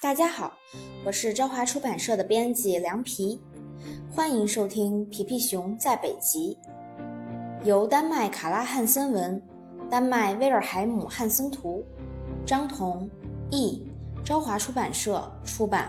大家好，我是朝华出版社的编辑梁皮，欢迎收听皮皮熊在北极，由丹麦卡拉汉森文，丹麦威尔海姆汉森图，张彤译，朝华出版社出版。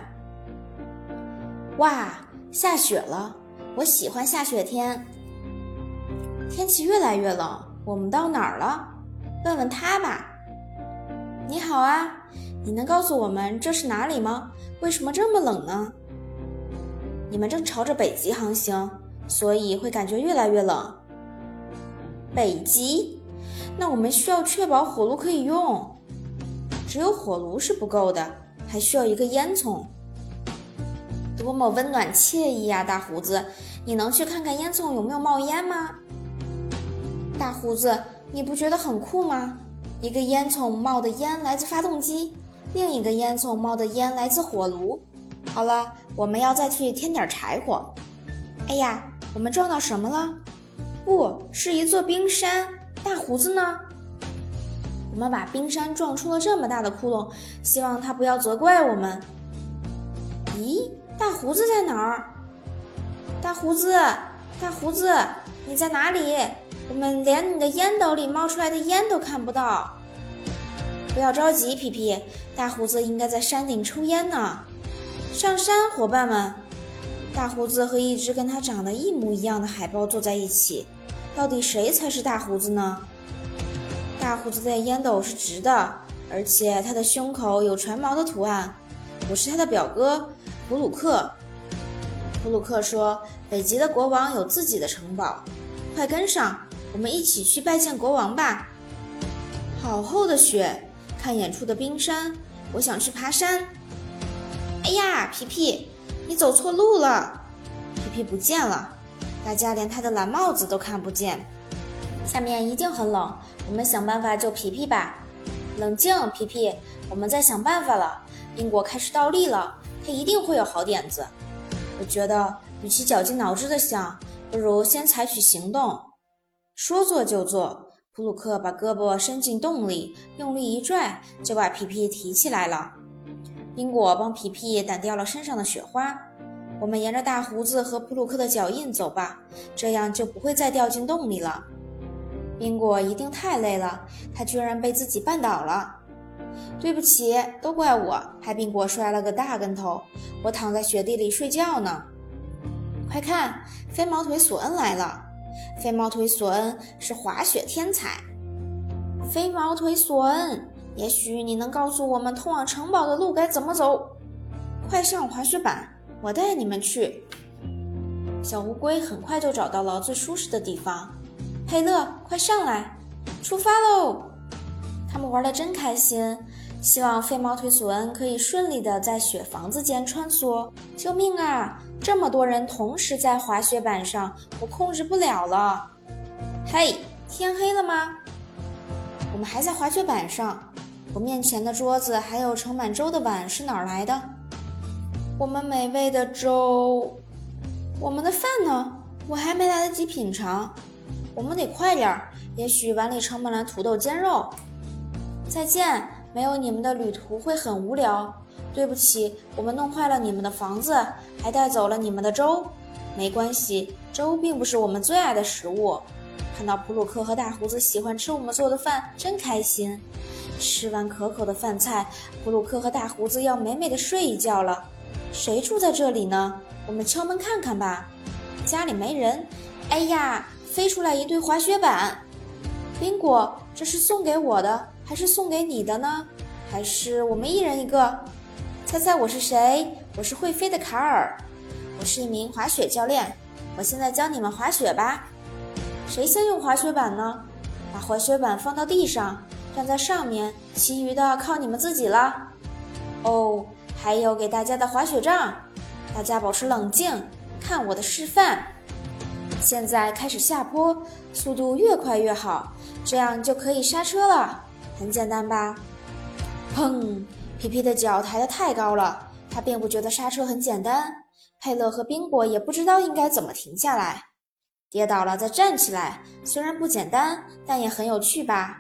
哇，下雪了，我喜欢下雪天。天气越来越冷，我们到哪儿了？问问他吧。你好啊，你能告诉我们这是哪里吗？为什么这么冷呢？你们正朝着北极航行，所以会感觉越来越冷。北极？那我们需要确保火炉可以用。只有火炉是不够的，还需要一个烟囱。多么温暖惬意呀，大胡子，你能去看看烟囱有没有冒烟吗？大胡子，你不觉得很酷吗？一个烟囱冒的烟来自发动机，另一个烟囱冒的烟来自火炉。好了，我们要再去添点柴火。哎呀，我们撞到什么了？不，是一座冰山。大胡子呢？我们把冰山撞出了这么大的窟窿，希望他不要责怪我们。咦，大胡子在哪儿？大胡子，大胡子，你在哪里？我们连你的烟斗里冒出来的烟都看不到。不要着急，皮皮，大胡子应该在山顶抽烟呢。上山，伙伴们！大胡子和一只跟他长得一模一样的海豹坐在一起，到底谁才是大胡子呢？大胡子的烟斗是直的，而且他的胸口有船锚的图案。我是他的表哥普鲁克。普鲁克说，北极的国王有自己的城堡，快跟上，我们一起去拜见国王吧。好厚的雪，看远处的冰山，我想去爬山。哎呀，皮皮，你走错路了。皮皮不见了，大家连他的蓝帽子都看不见。下面一定很冷，我们想办法救皮皮吧。冷静，皮皮，我们在想办法了。宾果开始倒立了，他一定会有好点子。我觉得与其绞尽脑汁的想，不如先采取行动。说做就做，普鲁克把胳膊伸进洞里，用力一拽，就把皮皮提起来了。宾果帮皮皮掸掉了身上的雪花。我们沿着大胡子和普鲁克的脚印走吧，这样就不会再掉进洞里了。宾果一定太累了，他居然被自己绊倒了。对不起，都怪我，害宾果摔了个大跟头。我躺在雪地里睡觉呢。快看，飞毛腿索恩来了。飞毛腿索恩是滑雪天才。飞毛腿索恩，也许你能告诉我们通往城堡的路该怎么走。快上滑雪板，我带你们去。小乌龟很快就找到了最舒适的地方。佩勒，快上来，出发喽！他们玩得真开心，希望飞毛腿索恩可以顺利地在雪房子间穿梭。救命啊！这么多人同时在滑雪板上，我控制不了了。嘿，天黑了吗？我们还在滑雪板上。我面前的桌子还有盛满粥的碗是哪儿来的？我们美味的粥。我们的饭呢？我还没来得及品尝。我们得快点儿，也许碗里盛满了土豆煎肉。再见，没有你们的旅途会很无聊。对不起，我们弄坏了你们的房子，还带走了你们的粥。没关系，粥并不是我们最爱的食物。看到普鲁克和大胡子喜欢吃我们做的饭，真开心。吃完可口的饭菜，普鲁克和大胡子要美美的睡一觉了。谁住在这里呢？我们敲门看看吧。家里没人。哎呀，飞出来一对滑雪板。宾果，这是送给我的，还是送给你的呢？还是我们一人一个？猜猜我是谁？我是会飞的卡尔。我是一名滑雪教练。我现在教你们滑雪吧。谁先用滑雪板呢？把滑雪板放到地上，站在上面，其余的靠你们自己了。哦，还有给大家的滑雪杖。大家保持冷静，看我的示范。现在开始下坡，速度越快越好，这样就可以刹车了。很简单吧？砰！皮皮的脚抬得太高了，他并不觉得刹车很简单。佩勒和宾果也不知道应该怎么停下来。跌倒了再站起来，虽然不简单，但也很有趣吧？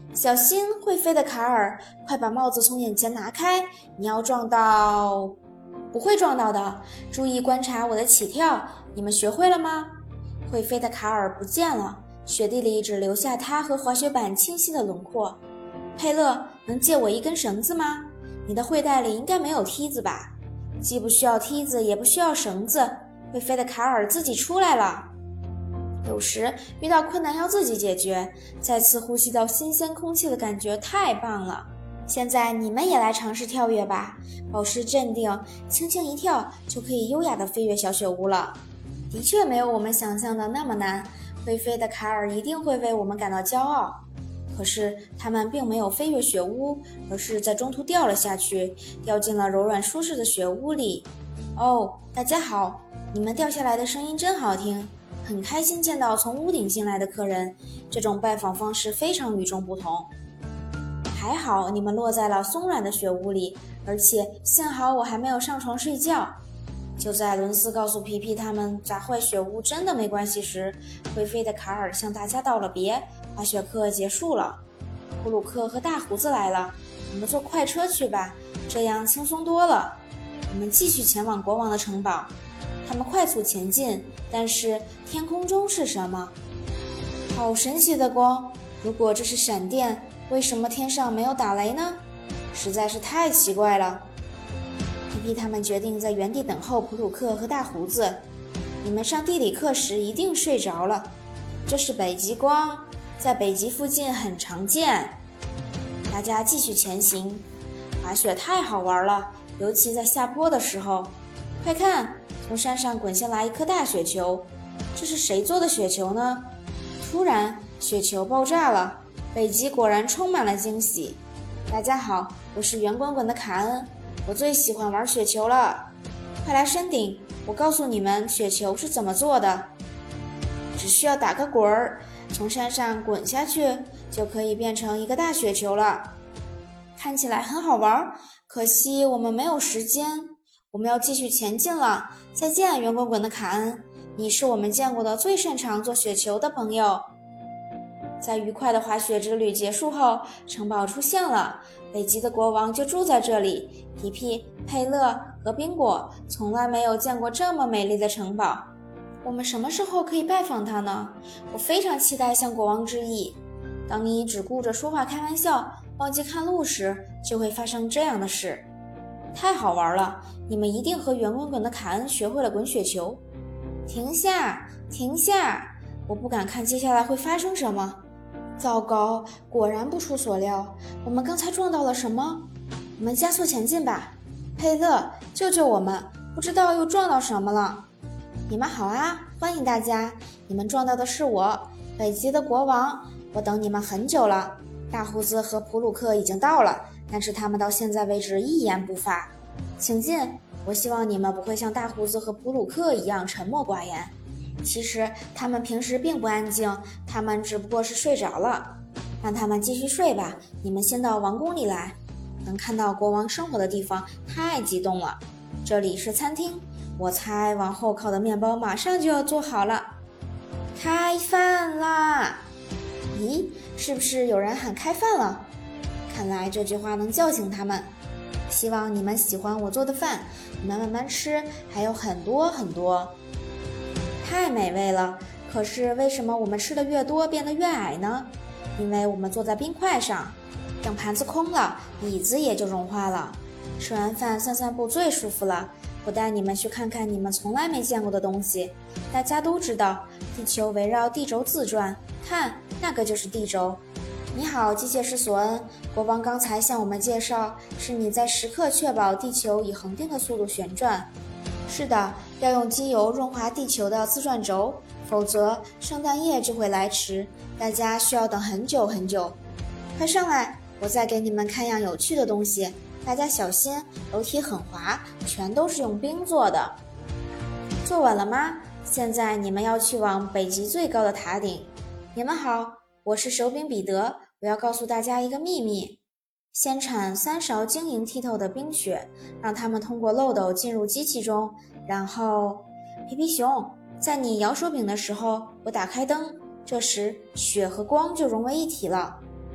小心会飞的卡尔，快把帽子从眼前拿开，你要撞到……不会撞到的，注意观察我的起跳，你们学会了吗？会飞的卡尔不见了，雪地里只留下他和滑雪板清晰的轮廓。佩勒，能借我一根绳子吗？你的会袋里应该没有梯子吧？既不需要梯子，也不需要绳子，会飞的卡尔自己出来了。有时遇到困难要自己解决，再次呼吸到新鲜空气的感觉太棒了。现在你们也来尝试跳跃吧，保持镇定，轻轻一跳就可以优雅地飞越小雪屋了。的确没有我们想象的那么难，会飞的卡尔一定会为我们感到骄傲。可是他们并没有飞越雪屋，而是在中途掉了下去，掉进了柔软舒适的雪屋里。哦，大家好，你们掉下来的声音真好听，很开心见到从屋顶进来的客人，这种拜访方式非常与众不同。还好你们落在了松软的雪屋里，而且幸好我还没有上床睡觉。就在伦斯告诉皮皮他们砸坏雪屋真的没关系时，会飞的卡尔向大家道了别，滑雪课结束了。普鲁克和大胡子来了，我们坐快车去吧，这样轻松多了。我们继续前往国王的城堡。他们快速前进，但是天空中是什么？好神奇的光！如果这是闪电，为什么天上没有打雷呢？实在是太奇怪了。皮皮他们决定在原地等候普鲁克和大胡子。你们上地理课时一定睡着了。这是北极光，在北极附近很常见。大家继续前行。滑雪太好玩了，尤其在下坡的时候。快看，从山上滚下来一颗大雪球。这是谁做的雪球呢？突然，雪球爆炸了。北极果然充满了惊喜。大家好，我是圆滚滚的卡恩，我最喜欢玩雪球了。快来山顶，我告诉你们雪球是怎么做的。只需要打个滚儿，从山上滚下去，就可以变成一个大雪球了。看起来很好玩，可惜我们没有时间。我们要继续前进了。再见，圆滚滚的卡恩，你是我们见过的最擅长做雪球的朋友。在愉快的滑雪之旅结束后，城堡出现了，北极的国王就住在这里。皮皮、佩勒和宾果从来没有见过这么美丽的城堡。我们什么时候可以拜访他呢？我非常期待向国王致意。当你只顾着说话开玩笑，忘记看路时，就会发生这样的事。太好玩了，你们一定和圆滚滚的卡恩学会了滚雪球。停下，停下！我不敢看接下来会发生什么。糟糕，果然不出所料，我们刚才撞到了什么？我们加速前进吧。佩勒，救救我们，不知道又撞到什么了。你们好啊，欢迎大家。你们撞到的是我，北极的国王，我等你们很久了。大胡子和普鲁克已经到了，但是他们到现在为止一言不发。请进，我希望你们不会像大胡子和普鲁克一样沉默寡言。其实他们平时并不安静，他们只不过是睡着了。让他们继续睡吧，你们先到王宫里来。能看到国王生活的地方太激动了。这里是餐厅，我猜往后烤的面包马上就要做好了。开饭啦！咦，是不是有人喊开饭了？看来这句话能叫醒他们。希望你们喜欢我做的饭，你们慢慢吃，还有很多很多。太美味了，可是为什么我们吃的越多变得越矮呢？因为我们坐在冰块上，等盘子空了，椅子也就融化了。吃完饭散散步最舒服了，我带你们去看看你们从来没见过的东西。大家都知道，地球围绕地轴自转，看，那个就是地轴。你好，机械师索恩，国王刚才向我们介绍，是你在时刻确保地球以恒定的速度旋转。是的，要用机油润滑地球的自转轴，否则圣诞夜就会来迟，大家需要等很久很久。快上来，我再给你们看样有趣的东西。大家小心，楼梯很滑，全都是用冰做的。坐稳了吗？现在你们要去往北极最高的塔顶。你们好，我是手柄彼得，我要告诉大家一个秘密。先铲3勺晶莹剔透的冰雪，让它们通过漏斗进入机器中，然后……皮皮熊，在你摇手柄的时候，我打开灯，这时雪和光就融为一体了。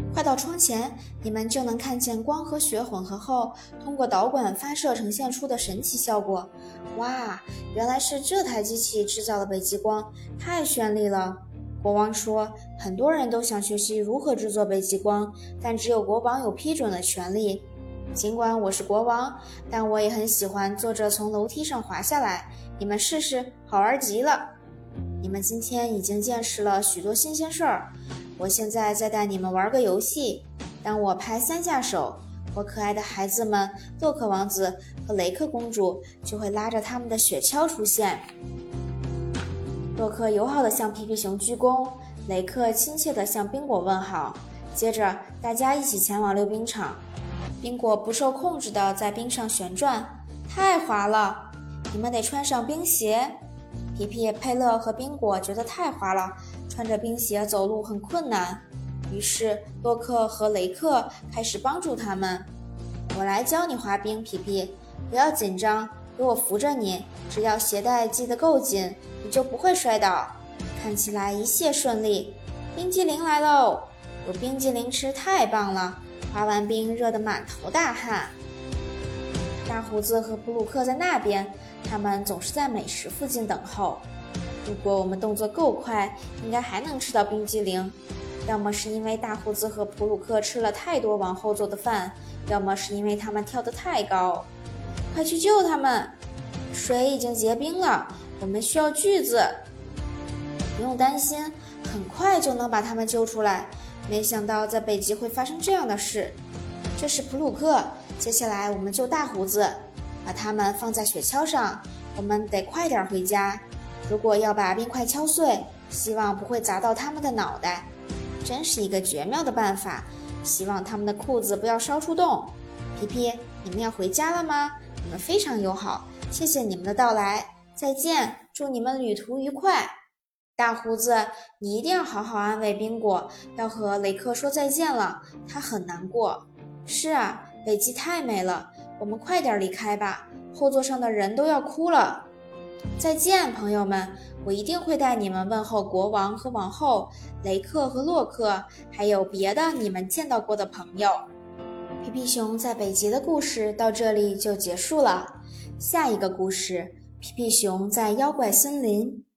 快到窗前，你们就能看见光和雪混合后，通过导管发射呈现出的神奇效果。哇，原来是这台机器制造了北极光，太绚丽了。国王说，很多人都想学习如何制作北极光，但只有国王有批准的权利。尽管我是国王，但我也很喜欢坐着从楼梯上滑下来。你们试试，好玩极了。你们今天已经见识了许多新鲜事儿，我现在再带你们玩个游戏。当我拍3下手，我可爱的孩子们洛克王子和雷克公主就会拉着他们的雪橇出现。洛克友好地向皮皮熊鞠躬，雷克亲切地向宾果问好。接着大家一起前往溜冰场。宾果不受控制地在冰上旋转，太滑了，你们得穿上冰鞋。皮皮、佩勒和宾果觉得太滑了，穿着冰鞋走路很困难。于是洛克和雷克开始帮助他们。我来教你滑冰，皮皮，不要紧张，有我扶着你，只要鞋带系得够紧，你就不会摔倒。看起来一切顺利。冰激凌来喽！有冰激凌吃太棒了，滑完冰热得满头大汗。大胡子和普鲁克在那边，他们总是在美食附近等候。如果我们动作够快，应该还能吃到冰激凌。要么是因为大胡子和普鲁克吃了太多往后做的饭，要么是因为他们跳得太高。快去救他们！水已经结冰了，我们需要锯子。不用担心，很快就能把他们救出来。没想到在北极会发生这样的事。这是普鲁克，接下来我们救大胡子，把他们放在雪橇上。我们得快点回家。如果要把冰块敲碎，希望不会砸到他们的脑袋。真是一个绝妙的办法，希望他们的裤子不要烧出洞。皮皮，你们要回家了吗？你们非常友好，谢谢你们的到来，再见，祝你们旅途愉快。大胡子，你一定要好好安慰宾果，要和雷克说再见了，他很难过。是啊，北极太美了，我们快点离开吧，后座上的人都要哭了。再见，朋友们，我一定会带你们问候国王和王后，雷克和洛克，还有别的你们见到过的朋友。皮皮熊在北极的故事到这里就结束了。下一个故事，皮皮熊在妖怪森林。